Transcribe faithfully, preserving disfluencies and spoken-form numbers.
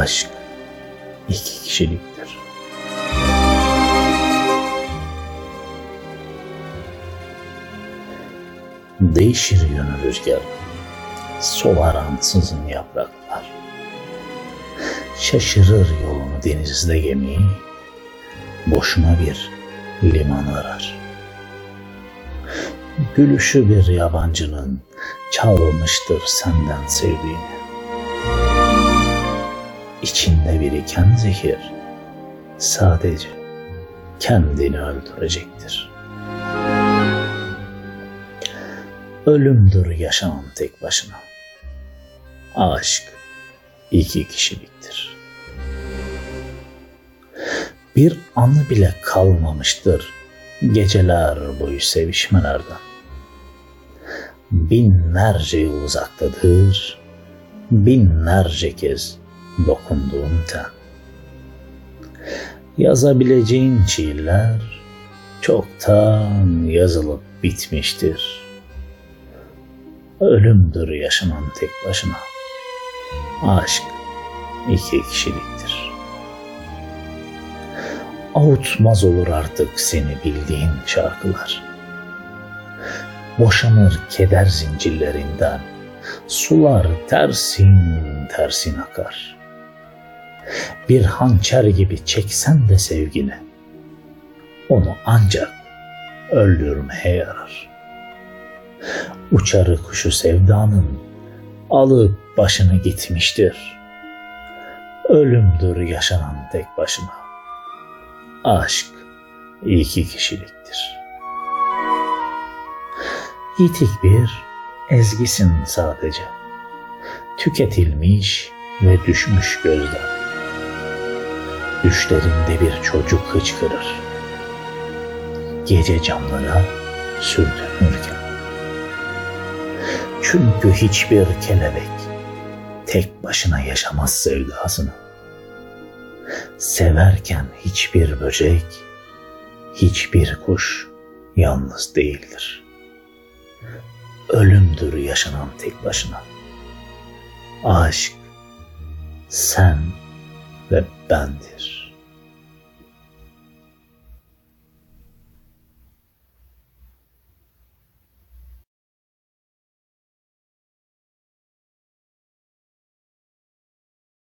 Aşk iki kişiliktir. Değişir yönü rüzgar, solar ansızın yapraklar. Şaşırır yolunu denizde gemi, boşuna bir liman arar. Gülüşü bir yabancının çalmıştır senden sevdiğini. İçinde biriken zehir sadece kendini öldürecektir. Ölümdür yaşanan tek başına. Aşk iki kişiliktir. Bir anı bile kalmamıştır geceler boyu sevişmelerden. Binlerce yıl uzaktadır, binlerce kez dokunduğun ten. Yazabileceğin şiirler çoktan yazılıp bitmiştir. Ölümdür yaşanan tek başına. Aşk iki kişiliktir. Avutmaz olur artık seni bildiğin şarkılar. Boşanır keder zincirlerinden, sular tersin tersin akar. Bir hançer gibi çeksen de sevgini, onu ancak öldürmeye yarar. Uçarı kuşu sevdanın alıp başını gitmiştir. Ölümdür yaşanan tek başına. Aşk iki kişiliktir. Yitik bir ezgisin sadece, tüketilmiş ve düşmüş gözden. Düşlerinde bir çocuk hıçkırır, gece camlara sürtünürken. Çünkü hiçbir kelebek tek başına yaşamaz sevdasını. Severken hiçbir böcek, hiçbir kuş yalnız değildir. Ölümdür yaşanan tek başına. Aşk sen ve bendir.